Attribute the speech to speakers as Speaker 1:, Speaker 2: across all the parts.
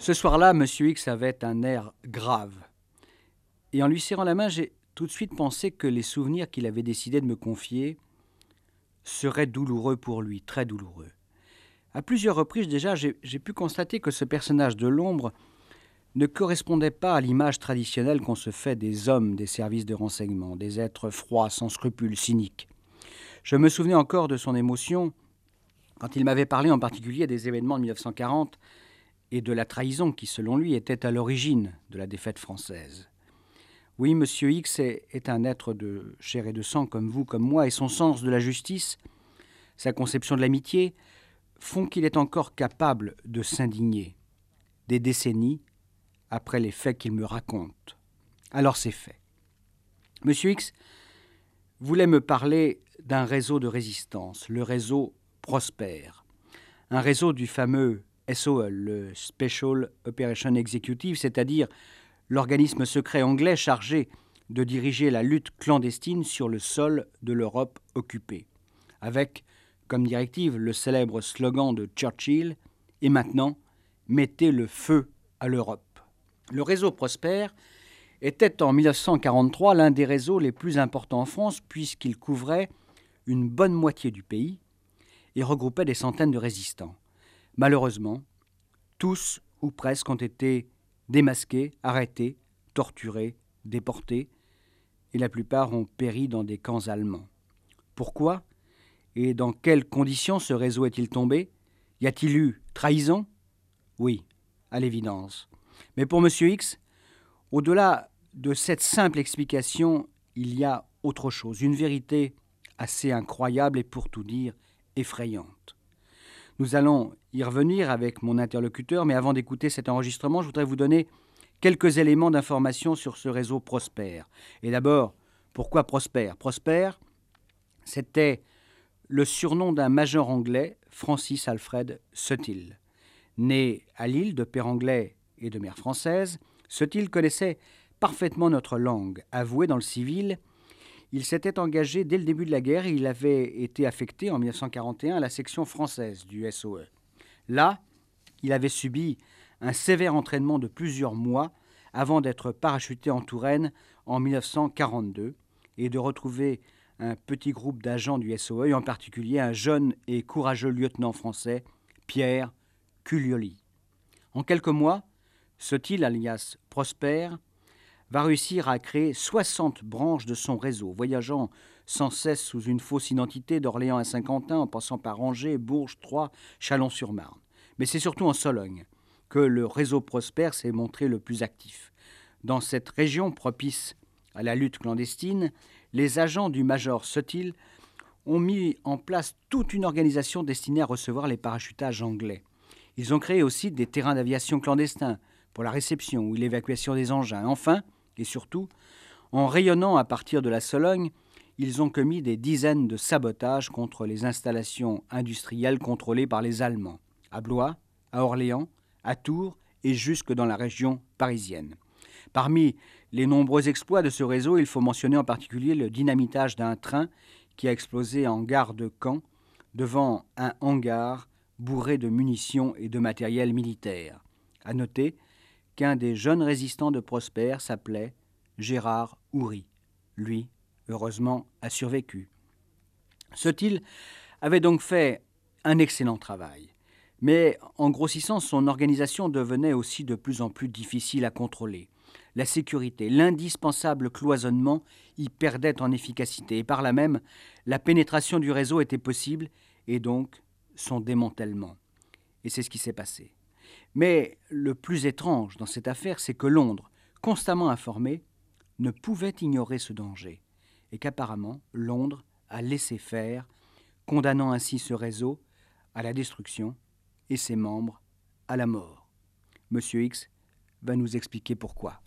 Speaker 1: Ce soir-là, M. X avait un air grave. Et en lui serrant la main, j'ai tout de suite pensé que les souvenirs qu'il avait décidé de me confier seraient douloureux pour lui, très douloureux. À plusieurs reprises déjà, j'ai pu constater que ce personnage de l'ombre ne correspondait pas à l'image traditionnelle qu'on se fait des hommes des services de renseignement, des êtres froids, sans scrupules, cyniques. Je me souvenais encore de son émotion quand il m'avait parlé en particulier des événements de 1940 et de la trahison qui, selon lui, était à l'origine de la défaite française. Oui, M. X est un être de chair et de sang comme vous, comme moi, et son sens de la justice, sa conception de l'amitié, font qu'il est encore capable de s'indigner des décennies après les faits qu'il me raconte. Alors c'est fait. M. X voulait me parler d'un réseau de résistance, le réseau Prosper, un réseau du fameux SOE, le Special Operation Executive, c'est-à-dire l'organisme secret anglais chargé de diriger la lutte clandestine sur le sol de l'Europe occupée, avec comme directive le célèbre slogan de Churchill « Et maintenant, mettez le feu à l'Europe ». Le réseau Prosper était en 1943 l'un des réseaux les plus importants en France puisqu'il couvrait une bonne moitié du pays et regroupait des centaines de résistants. Malheureusement, tous ou presque ont été démasqués, arrêtés, torturés, déportés, et la plupart ont péri dans des camps allemands. Pourquoi et dans quelles conditions ce réseau est-il tombé? Y a-t-il eu trahison? Oui, à l'évidence. Mais pour M. X, au-delà de cette simple explication, il y a autre chose, une vérité assez incroyable et pour tout dire effrayante. Nous allons y revenir avec mon interlocuteur, mais avant d'écouter cet enregistrement, je voudrais vous donner quelques éléments d'information sur ce réseau Prosper. Et d'abord, pourquoi Prosper? Prosper, c'était le surnom d'un major anglais, Francis Alfred Suttill. Né à Lille de père anglais et de mère française, Suttill connaissait parfaitement notre langue. Avoué dans le civil, il s'était engagé dès le début de la guerre et il avait été affecté en 1941 à la section française du SOE. Là, il avait subi un sévère entraînement de plusieurs mois avant d'être parachuté en Touraine en 1942 et de retrouver un petit groupe d'agents du SOE, et en particulier un jeune et courageux lieutenant français, Pierre Culioli. En quelques mois, Suttill, alias Prosper, va réussir à créer 60 branches de son réseau, voyageant sans cesse sous une fausse identité d'Orléans à Saint-Quentin, en passant par Angers, Bourges, Troyes, Chalon-sur-Marne. Mais c'est surtout en Sologne que le réseau Prosper s'est montré le plus actif. Dans cette région propice à la lutte clandestine, les agents du major Suttill ont mis en place toute une organisation destinée à recevoir les parachutages anglais. Ils ont créé aussi des terrains d'aviation clandestins pour la réception ou l'évacuation des engins. Enfin, et surtout, en rayonnant à partir de la Sologne, ils ont commis des dizaines de sabotages contre les installations industrielles contrôlées par les Allemands, à Blois, à Orléans, à Tours et jusque dans la région parisienne. Parmi les nombreux exploits de ce réseau, il faut mentionner en particulier le dynamitage d'un train qui a explosé en gare de Caen devant un hangar bourré de munitions et de matériel militaire. À noter qu'un des jeunes résistants de Prosper s'appelait Gérard Houry. Lui, heureusement, a survécu. Suttill avait donc fait un excellent travail, mais en grossissant, son organisation devenait aussi de plus en plus difficile à contrôler. La sécurité, l'indispensable cloisonnement y perdait en efficacité, et par là même, la pénétration du réseau était possible, et donc son démantèlement. Et c'est ce qui s'est passé. Mais le plus étrange dans cette affaire, c'est que Londres, constamment informé, ne pouvait ignorer ce danger, et qu'apparemment Londres a laissé faire, condamnant ainsi ce réseau à la destruction et ses membres à la mort. Monsieur X va nous expliquer pourquoi.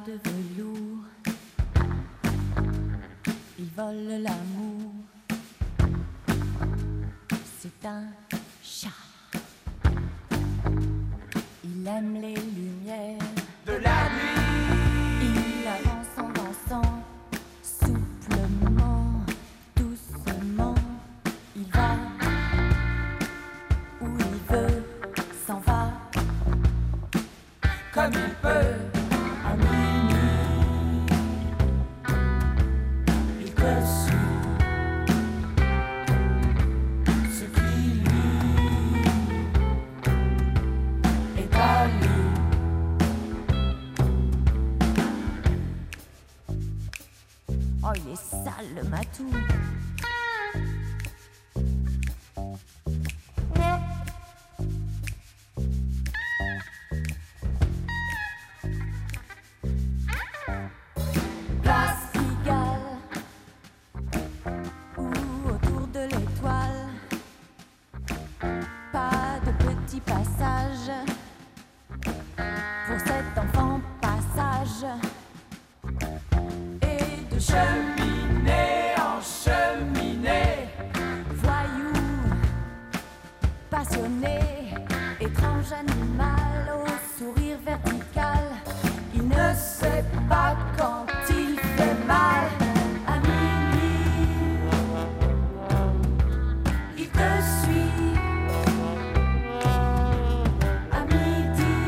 Speaker 2: de velours, il vole l'amour. C'est un chat. Il aime les lumières
Speaker 3: de la nuit.
Speaker 2: Il avance en dansant, souplement, doucement. Il va où il veut, s'en va
Speaker 3: Comme il peut,
Speaker 2: à minuit.
Speaker 3: il te suit. Ce qui lui est à lui.
Speaker 2: Oh, il est sale le matou. Place Pigalle ou autour de l'étoile. Pas de petit passage pour cet enfant passage. Et de
Speaker 3: Cheminée en cheminée,
Speaker 2: voyou, passionné, étrange animal au sourire vertical. Il ne sait pas quand il fait mal. À minuit, il te suit. À midi,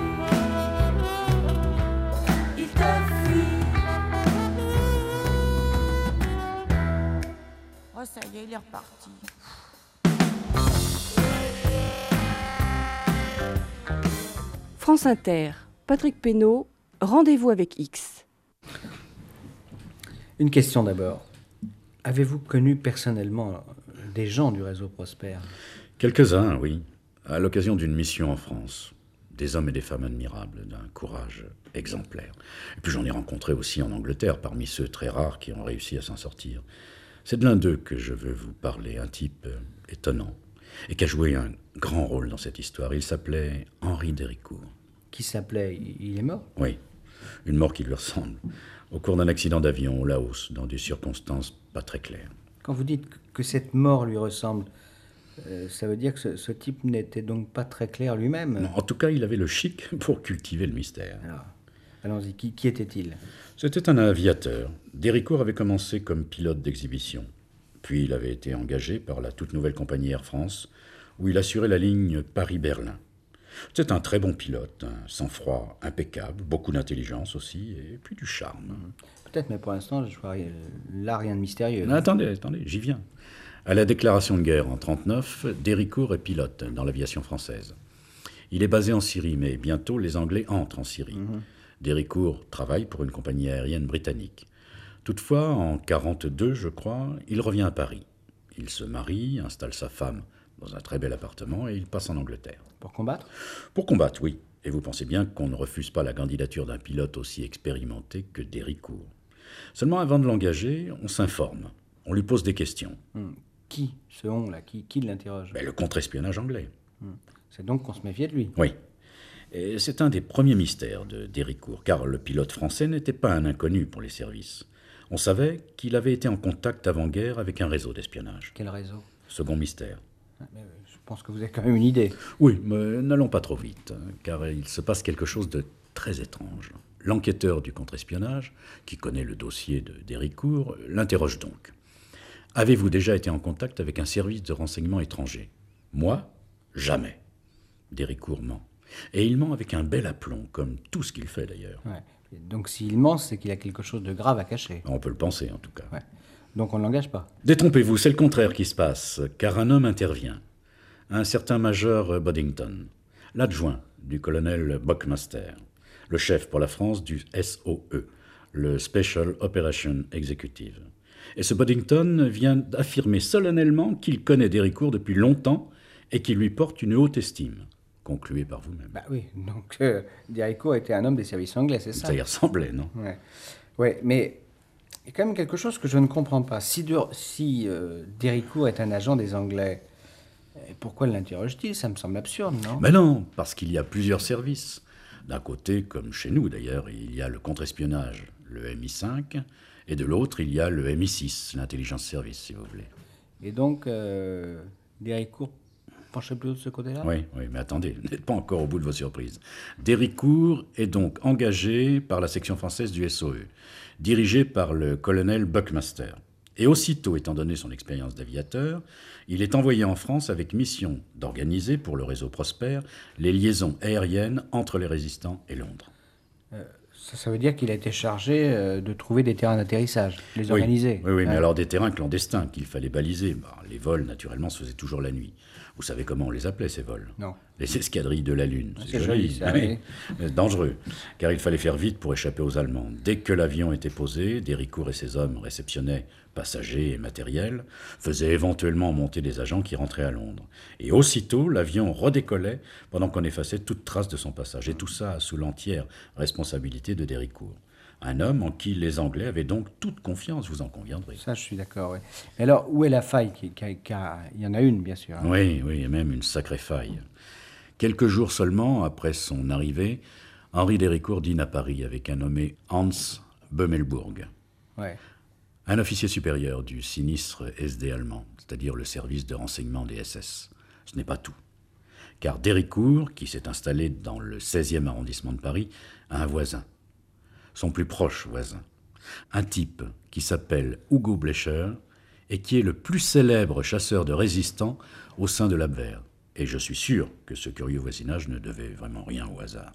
Speaker 2: il te fuit. Oh, ça y est, il est reparti.
Speaker 4: France Inter, Patrick Pénaud, Rendez-vous avec X.
Speaker 1: Une question d'abord. Avez-vous connu personnellement des gens du réseau Prosper?
Speaker 5: Quelques-uns, oui, à l'occasion d'une mission en France. Des hommes et des femmes admirables, d'un courage exemplaire. Et puis j'en ai rencontré aussi en Angleterre, parmi ceux très rares qui ont réussi à s'en sortir. C'est de l'un d'eux que je veux vous parler, un type étonnant, et qui a joué un grand rôle dans cette histoire. Il s'appelait Henri Déricourt.
Speaker 1: Qui s'appelait... Il est mort?
Speaker 5: Oui, une mort qui lui ressemble, au cours d'un accident d'avion au Laos, dans des circonstances pas très claires.
Speaker 1: Quand vous dites que cette mort lui ressemble, ça veut dire que ce type n'était donc pas très clair lui-même?
Speaker 5: Non, en tout cas, il avait le chic pour cultiver le mystère.
Speaker 1: Alors, allons-y, qui était-il?
Speaker 5: C'était un aviateur. Déricourt avait commencé comme pilote d'exhibition. Puis il avait été engagé par la toute nouvelle compagnie Air France, où il assurait la ligne Paris-Berlin. C'était un très bon pilote, un sang-froid impeccable, beaucoup d'intelligence aussi, et puis du charme.
Speaker 1: Peut-être, mais pour l'instant, je vois là rien de mystérieux.
Speaker 5: Mais attendez, j'y viens. À la déclaration de guerre en 1939, Déricourt est pilote dans l'aviation française. Il est basé en Syrie, mais bientôt les Anglais entrent en Syrie. Déricourt travaille pour une compagnie aérienne britannique. Toutefois, en 1942, je crois, il revient à Paris. Il se marie, installe sa femme dans un très bel appartement et il passe en Angleterre.
Speaker 1: Pour combattre?
Speaker 5: Pour combattre, oui. Et vous pensez bien qu'on ne refuse pas la candidature d'un pilote aussi expérimenté que Déricourt. Seulement, avant de l'engager, on s'informe. On lui pose des questions.
Speaker 1: Qui, ce on-là, qui l'interroge?
Speaker 5: Le contre-espionnage anglais.
Speaker 1: C'est donc qu'on se méfiait de lui.
Speaker 5: Oui. Et c'est un des premiers mystères de Déricourt, car le pilote français n'était pas un inconnu pour les services. On savait qu'il avait été en contact avant-guerre avec un réseau d'espionnage.
Speaker 1: Quel réseau?
Speaker 5: Second mystère.
Speaker 1: Mais je pense que vous avez quand même une idée.
Speaker 5: Oui, mais n'allons pas trop vite, car il se passe quelque chose de très étrange. L'enquêteur du contre-espionnage, qui connaît le dossier de Déricourt, l'interroge donc. « Avez-vous déjà été en contact avec un service de renseignement étranger ?» « Moi, jamais. » Déricourt ment. Et il ment avec un bel aplomb, comme tout ce qu'il fait d'ailleurs.
Speaker 1: Ouais. Donc s'il ment, c'est qu'il a quelque chose de grave à cacher.
Speaker 5: On peut le penser en tout cas.
Speaker 1: Ouais. Donc on ne l'engage pas.
Speaker 5: Détrompez-vous, c'est le contraire qui se passe, car un homme intervient. Un certain major Boddington, l'adjoint du colonel Buckmaster, le chef pour la France du SOE, le Special Operation Executive. Et ce Boddington vient d'affirmer solennellement qu'il connaît Déricourt depuis longtemps et qu'il lui porte une haute estime. Concluez par vous-même.
Speaker 1: Bah oui, donc Déricourt était un homme des services anglais, c'est ça?
Speaker 5: Ça y ressemblait, non?
Speaker 1: Ouais, mais il y a quand même quelque chose que je ne comprends pas. Si Déricourt est un agent des Anglais, pourquoi l'interroge-t-il? Ça me semble absurde, non?
Speaker 5: Mais non, parce qu'il y a plusieurs services. D'un côté, comme chez nous d'ailleurs, il y a le contre-espionnage, le MI5, et de l'autre, il y a le MI6, l'intelligence service, si vous voulez.
Speaker 1: Et donc, Déricourt penchait plutôt de ce côté-là?
Speaker 5: Oui, mais attendez, vous n'êtes pas encore au bout de vos surprises. Déricourt est donc engagé par la section française du SOE, dirigé par le colonel Buckmaster. Et aussitôt, étant donné son expérience d'aviateur, il est envoyé en France avec mission d'organiser, pour le réseau Prosper, les liaisons aériennes entre les résistants et Londres.
Speaker 1: Ça veut dire qu'il a été chargé de trouver des terrains d'atterrissage, de les
Speaker 5: Oui,
Speaker 1: organiser.
Speaker 5: oui, mais alors des terrains clandestins qu'il fallait baliser. Les vols, naturellement, se faisaient toujours la nuit. Vous savez comment on les appelait, ces vols?
Speaker 1: Non.
Speaker 5: Les escadrilles de la Lune.
Speaker 1: C'est joli, ça,
Speaker 5: oui. Mais dangereux, car il fallait faire vite pour échapper aux Allemands. Dès que l'avion était posé, Déricourt et ses hommes réceptionnaient passagers et matériel, faisaient éventuellement monter des agents qui rentraient à Londres. Et aussitôt, l'avion redécollait pendant qu'on effaçait toute trace de son passage. Et tout ça sous l'entière responsabilité de Déricourt. Un homme en qui les Anglais avaient donc toute confiance, vous en conviendrez.
Speaker 1: Ça, je suis d'accord, oui. Mais alors, où est la faille? Il y en a une, bien sûr. Hein.
Speaker 5: Oui, et même une sacrée faille. Quelques jours seulement après son arrivée, Henri Déricourt dîne à Paris avec un nommé Hans Bömelburg,
Speaker 1: Ouais.
Speaker 5: un officier supérieur du sinistre SD allemand, c'est-à-dire le service de renseignement des SS. Ce n'est pas tout. Car Déricourt, qui s'est installé dans le 16e arrondissement de Paris, a un voisin, son plus proche voisin, un type qui s'appelle Hugo Blecher et qui est le plus célèbre chasseur de résistants au sein de l'Abwehr. Et je suis sûr que ce curieux voisinage ne devait vraiment rien au hasard.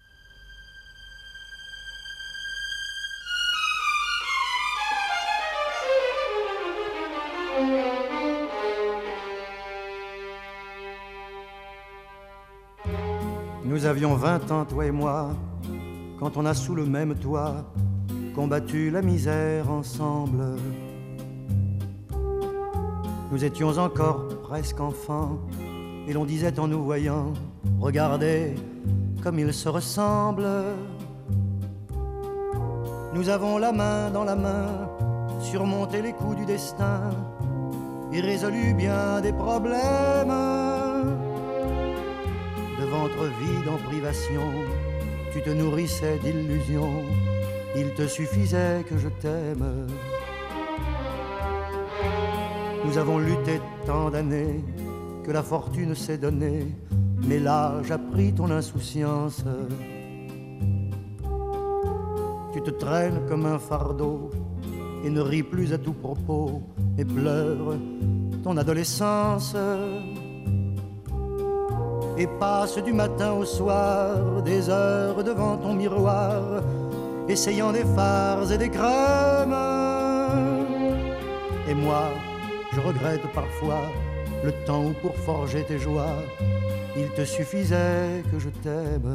Speaker 6: Nous avions 20 ans, toi et moi, quand on a sous le même toit combattu la misère ensemble. Nous étions encore presque enfants, et l'on disait en nous voyant, regardez comme ils se ressemblent. Nous avons la main dans la main, surmonté les coups du destin, et résolu bien des problèmes. De ventre vide en privation, tu te nourrissais d'illusions, il te suffisait que je t'aime. Nous avons lutté tant d'années que la fortune s'est donnée, mais l'âge a pris ton insouciance. Tu te traînes comme un fardeau et ne ris plus à tout propos et pleures ton adolescence. Et passe du matin au soir des heures devant ton miroir, essayant des fards et des crèmes. Et moi, je regrette parfois le temps où pour forger tes joies, il te suffisait que je t'aime.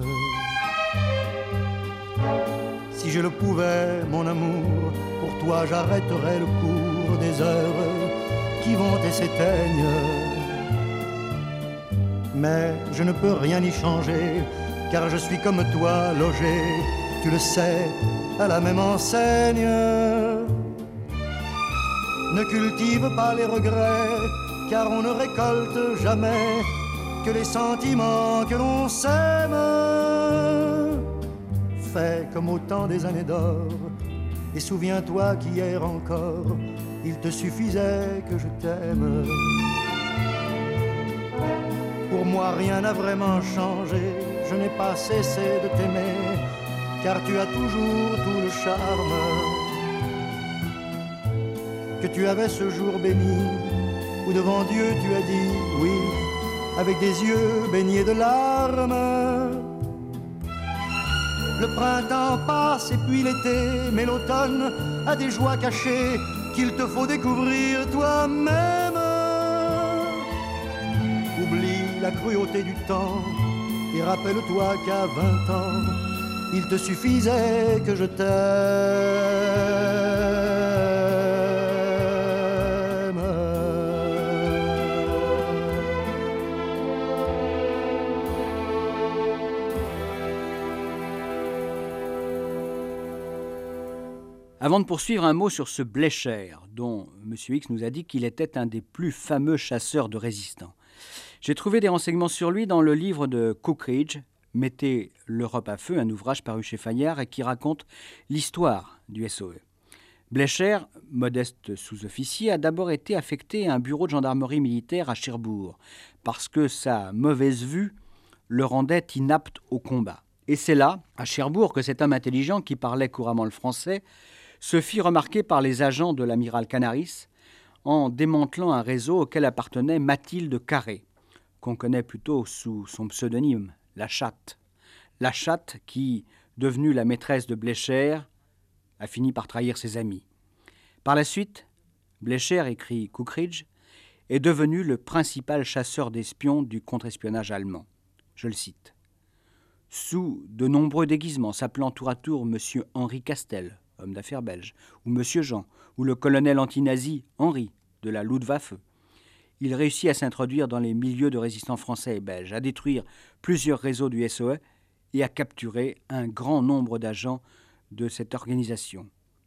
Speaker 6: Si je le pouvais, mon amour, pour toi j'arrêterais le cours des heures qui vont et s'éteignent. Mais je ne peux rien y changer, car je suis comme toi logé, tu le sais, à la même enseigne. Ne cultive pas les regrets, car on ne récolte jamais que les sentiments que l'on sème. Fais comme au temps des années d'or, et souviens-toi qu'hier encore, il te suffisait que je t'aime. Pour moi rien n'a vraiment changé, je n'ai pas cessé de t'aimer, car tu as toujours tout le charme que tu avais ce jour béni, où devant Dieu tu as dit oui, avec des yeux baignés de larmes. Le printemps passe et puis l'été, mais l'automne a des joies cachées qu'il te faut découvrir toi-même. Oublie la cruauté du temps et rappelle-toi qu'à 20 ans, il te suffisait que je t'aime.
Speaker 1: Avant de poursuivre, un mot sur ce Blecher, dont M. X nous a dit qu'il était un des plus fameux chasseurs de résistants. J'ai trouvé des renseignements sur lui dans le livre de Cookridge, Mettez l'Europe à feu, un ouvrage paru chez Fayard et qui raconte l'histoire du SOE. Blécher, modeste sous-officier, a d'abord été affecté à un bureau de gendarmerie militaire à Cherbourg, parce que sa mauvaise vue le rendait inapte au combat. Et c'est là, à Cherbourg, que cet homme intelligent, qui parlait couramment le français, se fit remarquer par les agents de l'amiral Canaris en démantelant un réseau auquel appartenait Mathilde Carré, qu'on connaît plutôt sous son pseudonyme, la Chatte. La Chatte qui, devenue la maîtresse de Blécher, a fini par trahir ses amis. Par la suite, Blécher, écrit Cookridge, est devenu le principal chasseur d'espions du contre-espionnage allemand. Je le cite. Sous de nombreux déguisements, s'appelant tour à tour M. Henri Castel, homme d'affaires belge, ou M. Jean, ou le colonel anti-nazi Henri, de la Luftwaffe, il réussit à s'introduire dans les milieux de résistants français et belges, à détruire plusieurs réseaux du SOE et à capturer un grand nombre d'agents de cette organisation.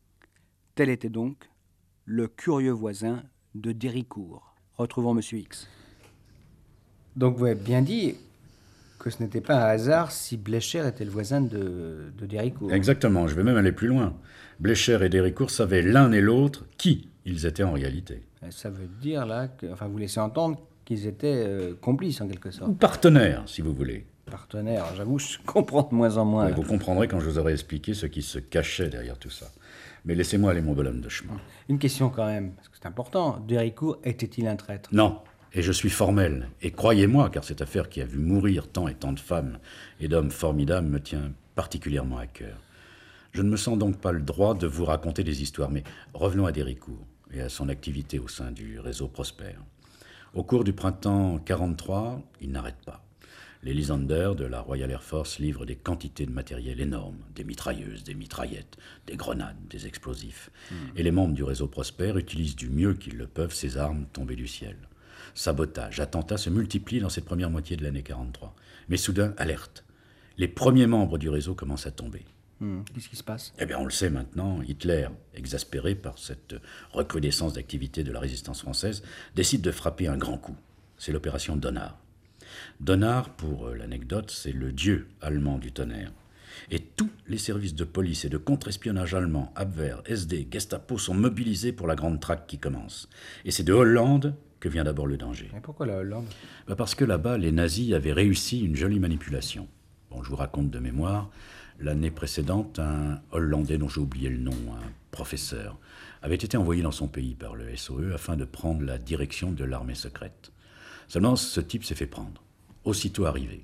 Speaker 1: Tel était donc le curieux voisin de Déricourt. Retrouvons M. X. Donc vous avez bien dit que ce n'était pas un hasard si Blécher était le voisin de Déricourt.
Speaker 5: Exactement, je vais même aller plus loin. Blécher et Déricourt savaient l'un et l'autre qui ils étaient en réalité.
Speaker 1: Ça veut dire là, vous laissez entendre qu'ils étaient complices en quelque sorte.
Speaker 5: Ou partenaires, si vous voulez.
Speaker 1: Partenaires, j'avoue, je comprends de moins en moins.
Speaker 5: Ouais, vous comprendrez quand je vous aurai expliqué ce qui se cachait derrière tout ça. Mais laissez-moi aller mon bonhomme de chemin.
Speaker 1: Une question quand même, parce que c'est important. Déricourt était-il un traître?
Speaker 5: Non, et je suis formel. Et croyez-moi, car cette affaire qui a vu mourir tant et tant de femmes et d'hommes formidables me tient particulièrement à cœur. Je ne me sens donc pas le droit de vous raconter des histoires, mais revenons à Déricourt et à son activité au sein du réseau Prosper. Au cours du printemps 43, il n'arrête pas. Les Lysander de la Royal Air Force livrent des quantités de matériel énormes, des mitrailleuses, des mitraillettes, des grenades, des explosifs. Et les membres du réseau Prosper utilisent du mieux qu'ils le peuvent ces armes tombées du ciel. Sabotage, attentats se multiplient dans cette première moitié de l'année 43. Mais soudain, alerte. Les premiers membres du réseau commencent à tomber.
Speaker 1: Qu'est-ce qui se passe?
Speaker 5: Eh bien, on le sait maintenant, Hitler, exaspéré par cette recrudescence d'activité de la résistance française, décide de frapper un grand coup. C'est l'opération Donner. Donner, pour l'anecdote, c'est le dieu allemand du tonnerre. Et tous les services de police et de contre-espionnage allemands, Abwehr, SD, Gestapo, sont mobilisés pour la grande traque qui commence. Et c'est de Hollande que vient d'abord le danger.
Speaker 1: Et pourquoi la Hollande?
Speaker 5: Parce que là-bas, les nazis avaient réussi une jolie manipulation. Bon, je vous raconte de mémoire. L'année précédente, un Hollandais dont j'ai oublié le nom, un professeur, avait été envoyé dans son pays par le SOE afin de prendre la direction de l'armée secrète. Seulement, ce type s'est fait prendre. Aussitôt arrivé.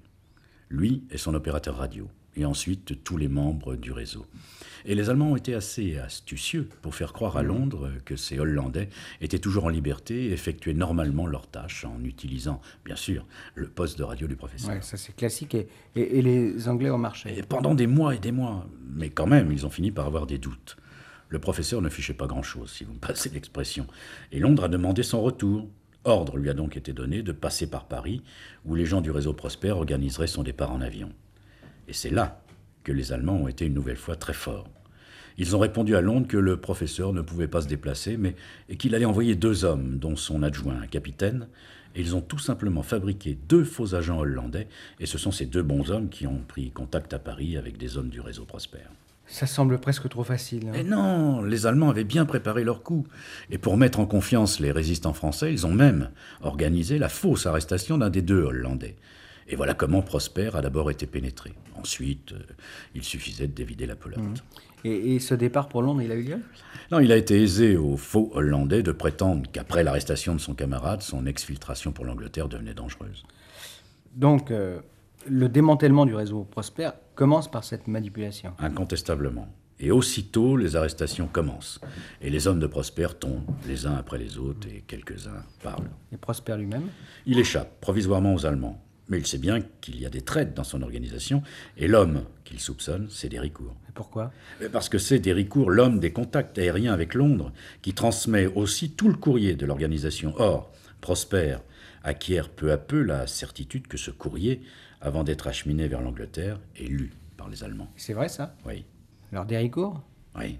Speaker 5: Lui et son opérateur radio, et ensuite tous les membres du réseau. Et les Allemands ont été assez astucieux pour faire croire à Londres que ces Hollandais étaient toujours en liberté et effectuaient normalement leurs tâches en utilisant, bien sûr, le poste de radio du professeur.
Speaker 1: Ouais, ça c'est classique, et les Anglais ont marché.
Speaker 5: Et pendant des mois et des mois. Mais quand même, ils ont fini par avoir des doutes. Le professeur ne fichait pas grand-chose, si vous me passez l'expression. Et Londres a demandé son retour. Ordre lui a donc été donné de passer par Paris, où les gens du réseau Prosper organiseraient son départ en avion. Et c'est là que les Allemands ont été une nouvelle fois très forts. Ils ont répondu à Londres que le professeur ne pouvait pas se déplacer, mais qu'il allait envoyer 2 hommes, dont son adjoint, un capitaine, et ils ont tout simplement fabriqué 2 faux agents hollandais, et ce sont ces 2 bons hommes qui ont pris contact à Paris avec des hommes du réseau Prosper.
Speaker 1: Ça semble presque trop facile.
Speaker 5: Mais non, les Allemands avaient bien préparé leur coup. Et pour mettre en confiance les résistants français, ils ont même organisé la fausse arrestation d'un des 2 Hollandais. Et voilà comment Prosper a d'abord été pénétré. Ensuite, il suffisait de dévider la pelote.
Speaker 1: Et ce départ pour Londres, il a eu lieu?
Speaker 5: Non, il a été aisé aux faux Hollandais de prétendre qu'après l'arrestation de son camarade, son exfiltration pour l'Angleterre devenait dangereuse.
Speaker 1: Donc, le démantèlement du réseau Prosper commence par cette manipulation.
Speaker 5: Incontestablement. Et aussitôt, les arrestations commencent. Et les hommes de Prosper tombent, les uns après les autres, et quelques-uns parlent.
Speaker 1: Et Prosper lui-même?
Speaker 5: Il échappe provisoirement aux Allemands. Mais il sait bien qu'il y a des traîtres dans son organisation, et l'homme qu'il soupçonne, c'est Déricourt.
Speaker 1: Et pourquoi?
Speaker 5: Parce que c'est Déricourt, l'homme des contacts aériens avec Londres, qui transmet aussi tout le courrier de l'organisation. Or, Prosper acquiert peu à peu la certitude que ce courrier, avant d'être acheminé vers l'Angleterre, est lu par les Allemands.
Speaker 1: C'est vrai ça?
Speaker 5: Oui.
Speaker 1: Alors Déricourt?
Speaker 5: Oui.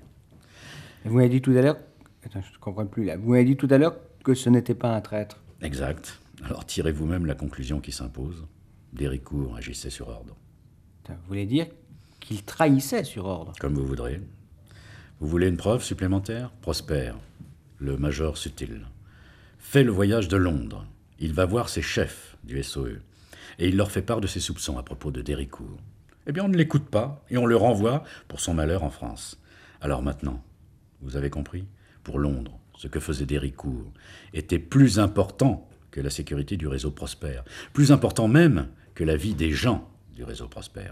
Speaker 1: Et vous m'avez dit tout à l'heure... Attends, je ne comprends plus là. Vous m'avez dit tout à l'heure que ce n'était pas un traître.
Speaker 5: Exact. Alors tirez vous-même la conclusion qui s'impose. Déricourt agissait sur ordre.
Speaker 1: Vous voulez dire qu'il trahissait sur ordre?
Speaker 5: Comme vous voudrez. Vous voulez une preuve supplémentaire? Prosper, le major Sutil, fait le voyage de Londres. Il va voir ses chefs du SOE et il leur fait part de ses soupçons à propos de Déricourt. Eh bien, on ne l'écoute pas et on le renvoie pour son malheur en France. Alors maintenant, vous avez compris? Pour Londres, ce que faisait Déricourt était plus important que la sécurité du réseau Prosper, plus important même que la vie des gens du réseau Prosper.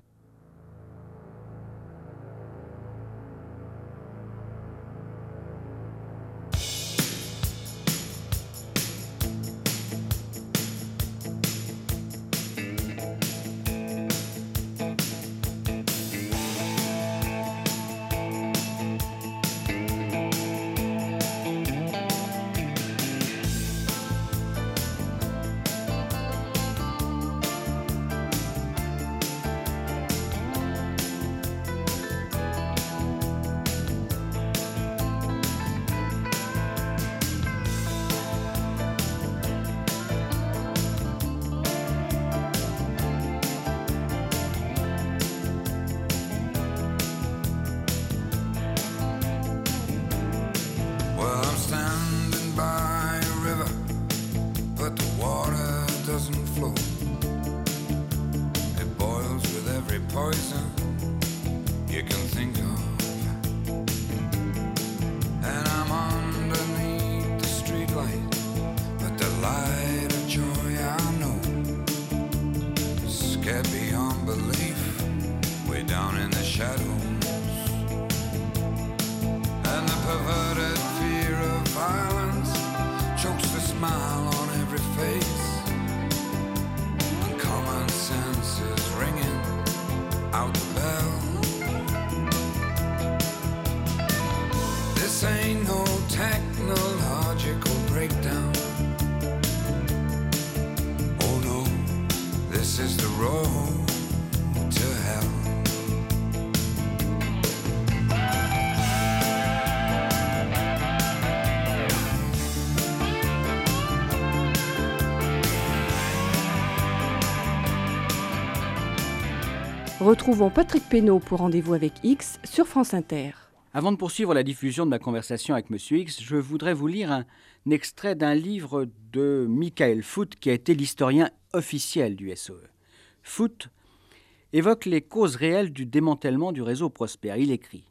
Speaker 4: Retrouvons Patrick Pénaud pour Rendez-vous avec X sur France Inter.
Speaker 1: Avant de poursuivre la diffusion de ma conversation avec M. X, je voudrais vous lire un extrait d'un livre de Michael Foot, qui a été l'historien officiel du SOE. Foot évoque les causes réelles du démantèlement du réseau Prosper. Il écrit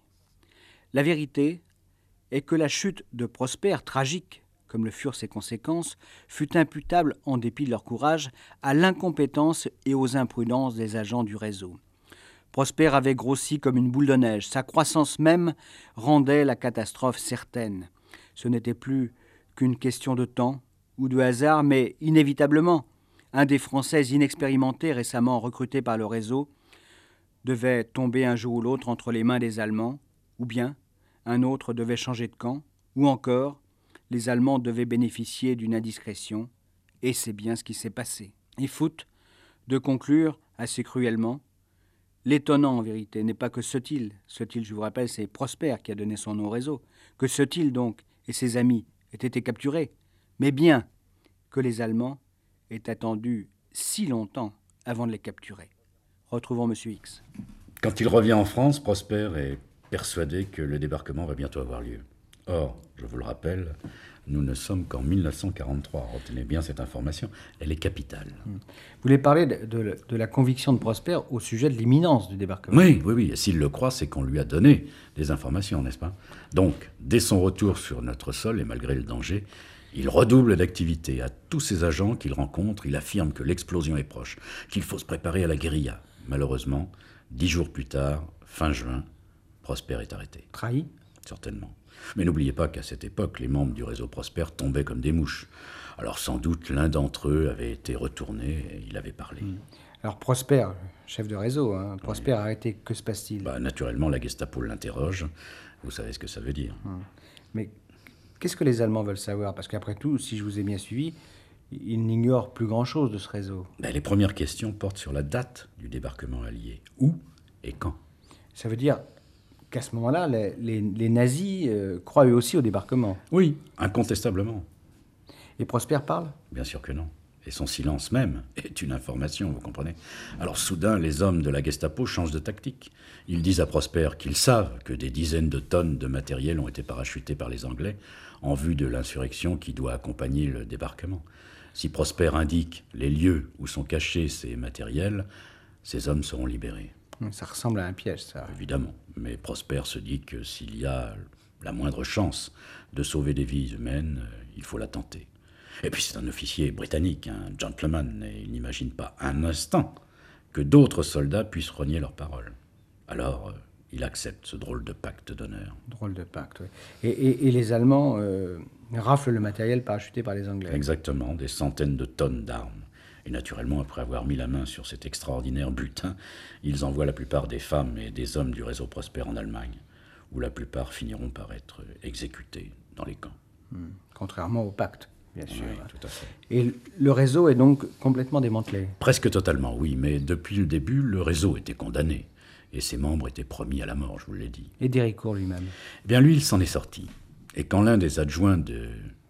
Speaker 1: « La vérité est que la chute de Prosper, tragique comme le furent ses conséquences, fut imputable, en dépit de leur courage, à l'incompétence et aux imprudences des agents du réseau. Prosper avait grossi comme une boule de neige. Sa croissance même rendait la catastrophe certaine. Ce n'était plus qu'une question de temps ou de hasard, mais inévitablement, un des Français inexpérimentés récemment recrutés par le réseau devait tomber un jour ou l'autre entre les mains des Allemands, ou bien un autre devait changer de camp, ou encore les Allemands devaient bénéficier d'une indiscrétion, et c'est bien ce qui s'est passé. Et Foot de conclure assez cruellement: l'étonnant, en vérité, n'est pas que Sutil, je vous rappelle, c'est Prosper qui a donné son nom au réseau, que Sutil, donc, et ses amis aient été capturés, mais bien que les Allemands aient attendu si longtemps avant de les capturer. Retrouvons M. X.
Speaker 5: Quand il revient en France, Prosper est persuadé que le débarquement va bientôt avoir lieu. Or, je vous le rappelle, nous ne sommes qu'en 1943. Retenez bien cette information, elle est capitale.
Speaker 1: Vous voulez parler de la conviction de Prosper au sujet de l'imminence du débarquement?
Speaker 5: Oui. Et s'il le croit, c'est qu'on lui a donné des informations, n'est-ce pas? Donc, dès son retour sur notre sol, et malgré le danger, il redouble d'activité. À tous ses agents qu'il rencontre, il affirme que l'explosion est proche, qu'il faut se préparer à la guérilla. Malheureusement, 10 jours plus tard, fin juin, Prosper est arrêté.
Speaker 1: Trahi?
Speaker 5: Certainement. Mais n'oubliez pas qu'à cette époque, les membres du réseau Prosper tombaient comme des mouches. Alors sans doute l'un d'entre eux avait été retourné et il avait parlé.
Speaker 1: Alors Prosper, chef de réseau, Prosper arrêté, que se passe-t-il?
Speaker 5: Naturellement, la Gestapo l'interroge. Vous savez ce que ça veut dire.
Speaker 1: Mais qu'est-ce que les Allemands veulent savoir? Parce qu'après tout, si je vous ai bien suivi, ils n'ignorent plus grand-chose de ce réseau.
Speaker 5: Les premières questions portent sur la date du débarquement allié. Où et quand?
Speaker 1: Ça veut dire qu'à ce moment-là, les nazis croient eux aussi au débarquement.
Speaker 5: Oui, incontestablement.
Speaker 1: Et Prosper parle?
Speaker 5: Bien sûr que non. Et son silence même est une information, vous comprenez? Alors soudain, les hommes de la Gestapo changent de tactique. Ils disent à Prosper qu'ils savent que des dizaines de tonnes de matériel ont été parachutées par les Anglais en vue de l'insurrection qui doit accompagner le débarquement. Si Prosper indique les lieux où sont cachés ces matériels, ces hommes seront libérés.
Speaker 1: Ça ressemble à un piège, ça.
Speaker 5: Évidemment, mais Prosper se dit que s'il y a la moindre chance de sauver des vies humaines, il faut la tenter. Et puis c'est un officier britannique, un gentleman, et il n'imagine pas un instant que d'autres soldats puissent renier leurs paroles. Alors, il accepte ce drôle de pacte d'honneur.
Speaker 1: Drôle de pacte, oui. Et les Allemands raflent le matériel parachuté par les Anglais.
Speaker 5: Exactement, des centaines de tonnes d'armes. Et naturellement, après avoir mis la main sur cet extraordinaire butin, ils envoient la plupart des femmes et des hommes du réseau Prosper en Allemagne, où la plupart finiront par être exécutés dans les camps.
Speaker 1: Contrairement au pacte, bien sûr.
Speaker 5: Oui, tout à fait.
Speaker 1: Et le réseau est donc complètement démantelé.
Speaker 5: Presque totalement, oui, mais depuis le début, le réseau était condamné. Et ses membres étaient promis à la mort, je vous l'ai dit.
Speaker 1: Et Déricourt lui-même?
Speaker 5: Eh bien, lui, il s'en est sorti. Et quand l'un des adjoints de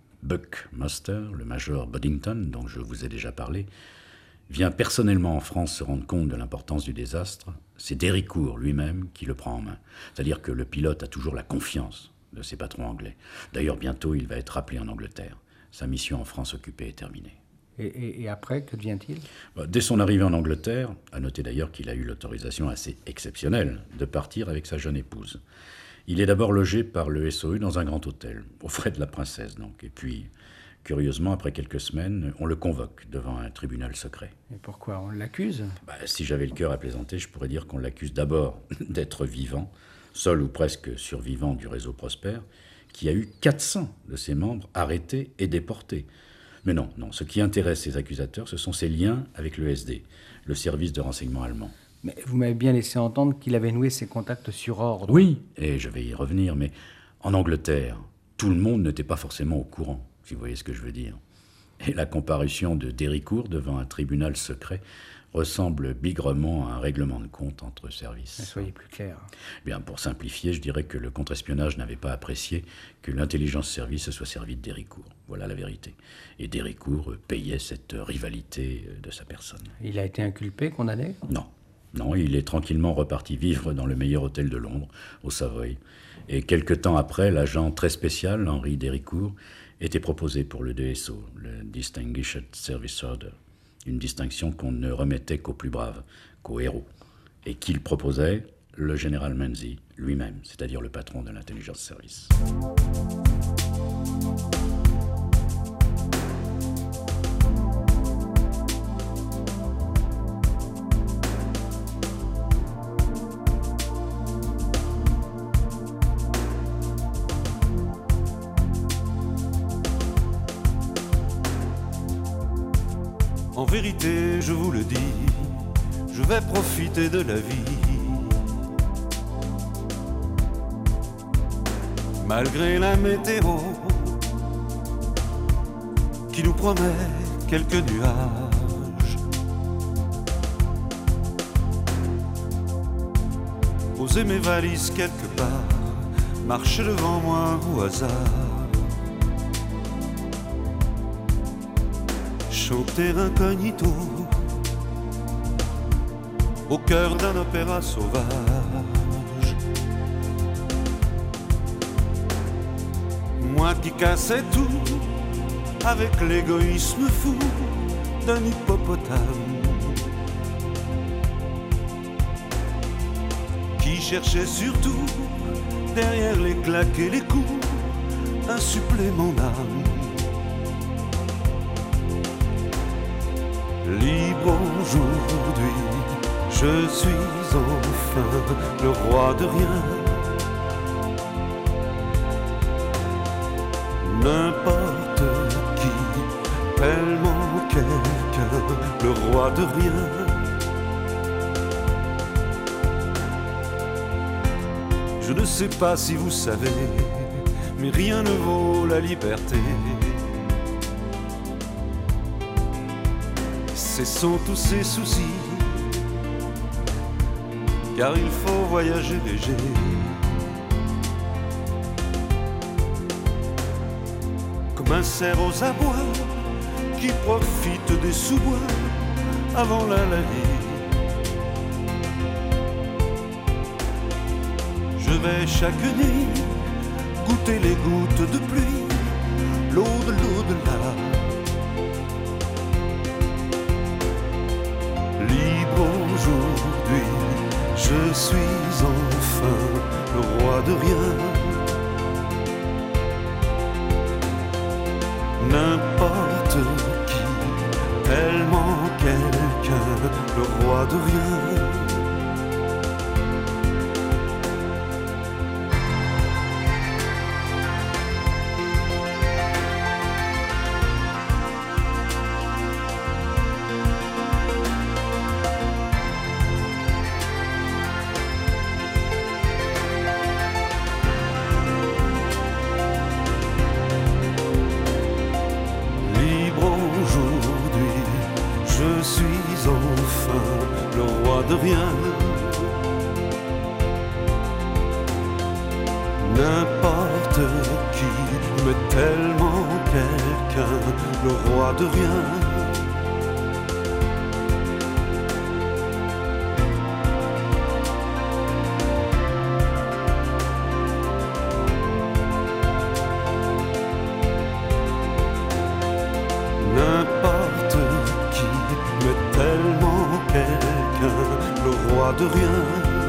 Speaker 5: Buckmaster, le major Boddington, dont je vous ai déjà parlé, vient personnellement en France se rendre compte de l'importance du désastre, c'est Déricourt lui-même qui le prend en main. C'est-à-dire que le pilote a toujours la confiance de ses patrons anglais. D'ailleurs, bientôt, il va être rappelé en Angleterre. Sa mission en France occupée est terminée.
Speaker 1: Et après, que devient-il?
Speaker 5: Dès son arrivée en Angleterre, à noter d'ailleurs qu'il a eu l'autorisation assez exceptionnelle de partir avec sa jeune épouse. Il est d'abord logé par le SOE dans un grand hôtel, aux frais de la princesse donc. Et puis, curieusement, après quelques semaines, on le convoque devant un tribunal secret.
Speaker 1: Et pourquoi? On l'accuse?
Speaker 5: Si j'avais le cœur à plaisanter, je pourrais dire qu'on l'accuse d'abord d'être vivant, seul ou presque survivant du réseau Prosper, qui a eu 400 de ses membres arrêtés et déportés. Mais non, ce qui intéresse ces accusateurs, ce sont ses liens avec le SD, le service de renseignement allemand.
Speaker 1: Mais vous m'avez bien laissé entendre qu'il avait noué ses contacts sur ordre.
Speaker 5: Oui, et je vais y revenir, mais en Angleterre, tout le monde n'était pas forcément au courant, si vous voyez ce que je veux dire. Et la comparution de Déricourt devant un tribunal secret ressemble bigrement à un règlement de compte entre services.
Speaker 1: Mais soyez plus clair.
Speaker 5: Bien, pour simplifier, je dirais que le contre-espionnage n'avait pas apprécié que l'intelligence service se soit servi de Déricourt. Voilà la vérité. Et Déricourt payait cette rivalité de sa personne.
Speaker 1: Il a été inculpé, condamné?
Speaker 5: Non, il est tranquillement reparti vivre dans le meilleur hôtel de Londres, au Savoy. Et quelque temps après, l'agent très spécial, Henri Déricourt, était proposé pour le DSO, le Distinguished Service Order, une distinction qu'on ne remettait qu'aux plus braves, qu'aux héros, et qu'il proposait le général Menzies lui-même, c'est-à-dire le patron de l'intelligence service.
Speaker 7: En vérité, je vous le dis, je vais profiter de la vie. Malgré la météo qui nous promet quelques nuages, poser mes valises quelque part, marcher devant moi au hasard, chanter incognito au cœur d'un opéra sauvage. Moi qui cassais tout avec l'égoïsme fou d'un hippopotame, qui cherchait surtout derrière les claques et les coups un supplément d'âme. Libre aujourd'hui, je suis enfin le roi de rien. N'importe qui, tellement quelqu'un, le roi de rien. Je ne sais pas si vous savez, mais rien ne vaut la liberté. Cessons tous ces soucis, car il faut voyager léger. Comme un cerf aux abois qui profitent des sous-bois avant la lalie. Je vais chaque nuit goûter les gouttes de pluie, l'eau de l'au-delà. Libre aujourd'hui, je suis enfin le roi de rien. N'importe qui, tellement quelqu'un, le roi de rien. N'importe qui, mais tellement quelqu'un, le roi de rien. N'importe qui, mais tellement quelqu'un, le roi de rien.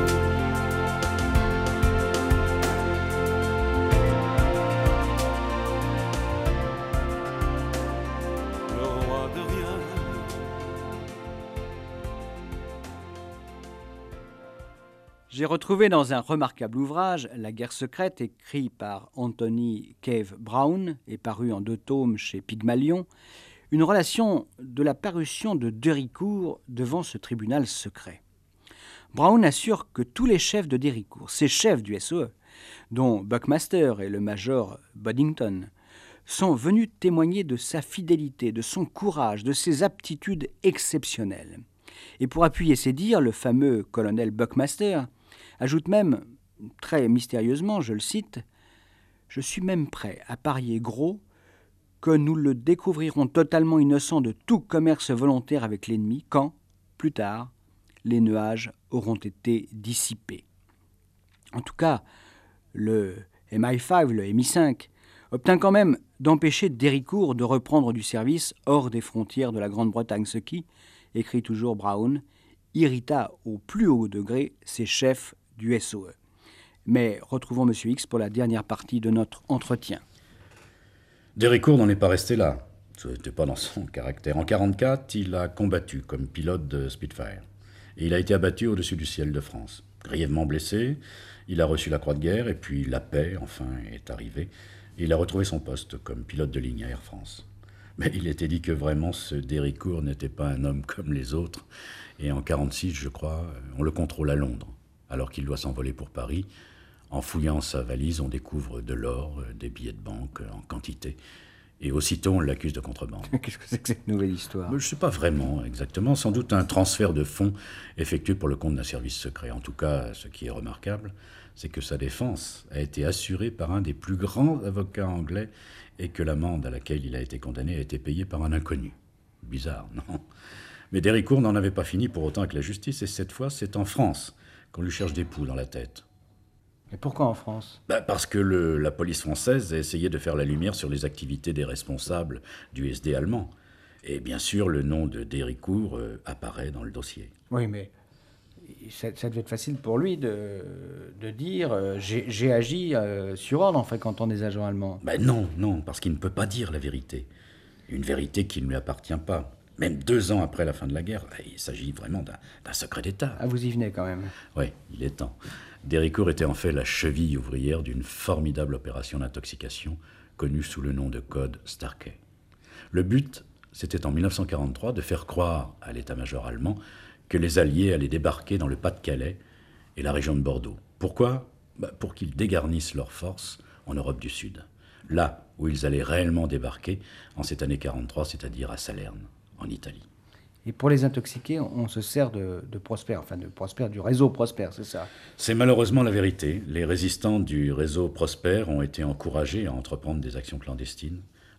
Speaker 1: J'ai retrouvé dans un remarquable ouvrage, La guerre secrète, écrit par Anthony Cave Brown et paru en 2 tomes chez Pygmalion, une relation de la parution de Déricourt devant ce tribunal secret. Brown assure que tous les chefs de Déricourt, ces chefs du SOE, dont Buckmaster et le major Boddington, sont venus témoigner de sa fidélité, de son courage, de ses aptitudes exceptionnelles. Et pour appuyer ses dires, le fameux colonel Buckmaster ajoute même, très mystérieusement, je le cite, « Je suis même prêt à parier gros que nous le découvrirons totalement innocent de tout commerce volontaire avec l'ennemi quand, plus tard, les nuages auront été dissipés. » En tout cas, le MI5, le MI5, obtint quand même d'empêcher Déricourt de reprendre du service hors des frontières de la Grande-Bretagne, ce qui, écrit toujours Brown, irrita au plus haut degré ses chefs du SOE. Mais retrouvons M. X pour la dernière partie de notre entretien.
Speaker 5: Déricourt n'en est pas resté là. Ce n'était pas dans son caractère. En 1944, il a combattu comme pilote de Spitfire. Et il a été abattu au-dessus du ciel de France. Grièvement blessé, il a reçu la croix de guerre et puis la paix, enfin, est arrivée. Et il a retrouvé son poste comme pilote de ligne à Air France. Mais il était dit que vraiment ce Déricourt n'était pas un homme comme les autres. Et en 1946, je crois, on le contrôle à Londres, alors qu'il doit s'envoler pour Paris. En fouillant sa valise, on découvre de l'or, des billets de banque en quantité. Et aussitôt, on l'accuse de contrebande.
Speaker 1: Qu'est-ce que c'est que cette nouvelle histoire ?
Speaker 5: Je ne sais pas vraiment exactement. Sans doute un transfert de fonds effectué pour le compte d'un service secret. En tout cas, ce qui est remarquable, c'est que sa défense a été assurée par un des plus grands avocats anglais et que l'amende à laquelle il a été condamné a été payée par un inconnu. Bizarre, non ? Mais Déricourt n'en avait pas fini pour autant avec la justice, et cette fois, c'est en France qu'on lui cherche des poux dans la tête.
Speaker 1: Et pourquoi en France ?
Speaker 5: Parce que la police française a essayé de faire la lumière sur les activités des responsables du SD allemand. Et bien sûr, le nom de Déricourt apparaît dans le dossier.
Speaker 1: Oui, mais ça devait être facile pour lui de dire j'ai agi sur ordre en fréquentant des agents allemands.
Speaker 5: Non, parce qu'il ne peut pas dire la vérité. Une vérité qui ne lui appartient pas. Même 2 ans après la fin de la guerre, il s'agit vraiment d'un secret d'État.
Speaker 1: Ah, vous y venez quand même.
Speaker 5: Oui, il est temps. Déricourt était en fait la cheville ouvrière d'une formidable opération d'intoxication connue sous le nom de code Starkey. Le but, c'était en 1943 de faire croire à l'état-major allemand que les Alliés allaient débarquer dans le Pas-de-Calais et la région de Bordeaux. Pourquoi ? Pour qu'ils dégarnissent leurs forces en Europe du Sud. Là où ils allaient réellement débarquer en cette année 43, c'est-à-dire à Salerne, en Italie.
Speaker 1: Et pour les intoxiquer, on se sert de Prosper, du réseau Prosper, c'est ça ?
Speaker 5: C'est malheureusement la vérité. Les résistants du réseau Prosper ont été encouragés à entreprendre des actions clandestines,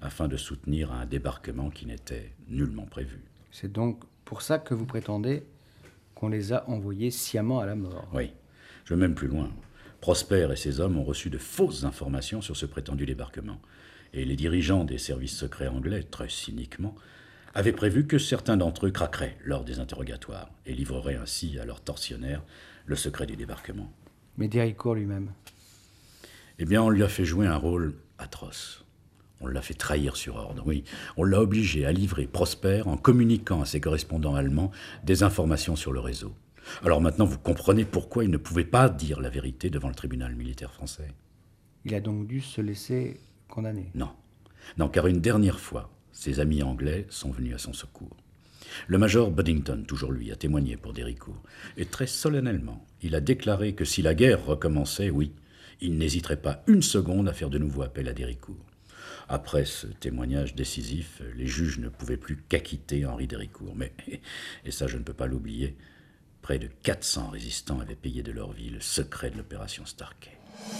Speaker 5: afin de soutenir un débarquement qui n'était nullement prévu.
Speaker 1: C'est donc pour ça que vous prétendez qu'on les a envoyés sciemment à la mort.
Speaker 5: Oui, je vais même plus loin. Prosper et ses hommes ont reçu de fausses informations sur ce prétendu débarquement. Et les dirigeants des services secrets anglais, très cyniquement, avaient prévu que certains d'entre eux craqueraient lors des interrogatoires et livreraient ainsi à leurs tortionnaires le secret du débarquement.
Speaker 1: Mais d'Héricourt lui-même?
Speaker 5: Eh bien, on lui a fait jouer un rôle atroce. On l'a fait trahir sur ordre, oui. On l'a obligé à livrer Prosper en communiquant à ses correspondants allemands des informations sur le réseau. Alors maintenant, vous comprenez pourquoi il ne pouvait pas dire la vérité devant le tribunal militaire français.
Speaker 1: Il a donc dû se laisser condamner?
Speaker 5: Non, car une dernière fois, ses amis anglais sont venus à son secours. Le major Buddington, toujours lui, a témoigné pour d'Héricourt. Et très solennellement, il a déclaré que si la guerre recommençait, oui, il n'hésiterait pas une seconde à faire de nouveau appel à d'Héricourt. Après ce témoignage décisif, les juges ne pouvaient plus qu'acquitter Henri d'Héricourt. Mais, et ça je ne peux pas l'oublier, près de 400 résistants avaient payé de leur vie le secret de l'opération Starkey.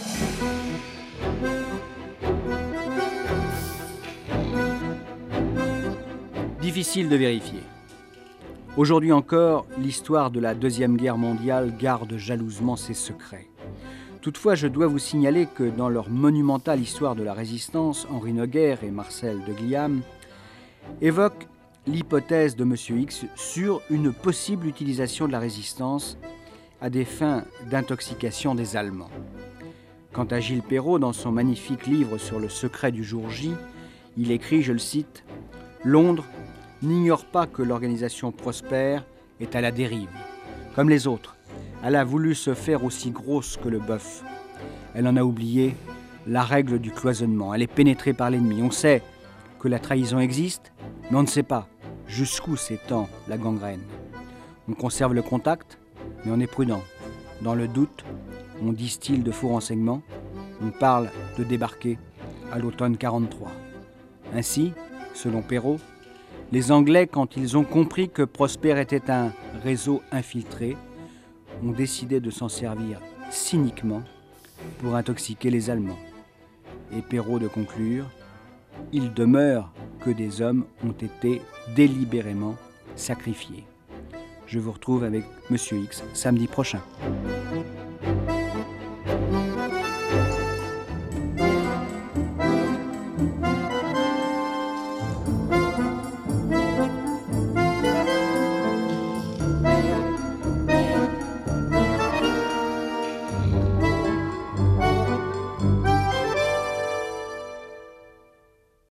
Speaker 1: Difficile de vérifier. Aujourd'hui encore, l'histoire de la Deuxième Guerre mondiale garde jalousement ses secrets. Toutefois, je dois vous signaler que dans leur monumentale histoire de la Résistance, Henri Noguer et Marcel de Gliam évoquent l'hypothèse de M. X sur une possible utilisation de la Résistance à des fins d'intoxication des Allemands. Quant à Gilles Perrault, dans son magnifique livre sur le secret du jour J, il écrit, je le cite, « Londres n'ignore pas que l'organisation Prosper est à la dérive. Comme les autres, elle a voulu se faire aussi grosse que le bœuf. Elle en a oublié la règle du cloisonnement. Elle est pénétrée par l'ennemi. On sait que la trahison existe, mais on ne sait pas jusqu'où s'étend la gangrène. On conserve le contact, mais on est prudent. Dans le doute, on distille de faux renseignements. On parle de débarquer à l'automne 43. Ainsi, selon Perrault, les Anglais, quand ils ont compris que Prosper était un réseau infiltré, ont décidé de s'en servir cyniquement pour intoxiquer les Allemands. Et Perrault de conclure, « Il demeure que des hommes ont été délibérément sacrifiés. » Je vous retrouve avec M. X samedi prochain.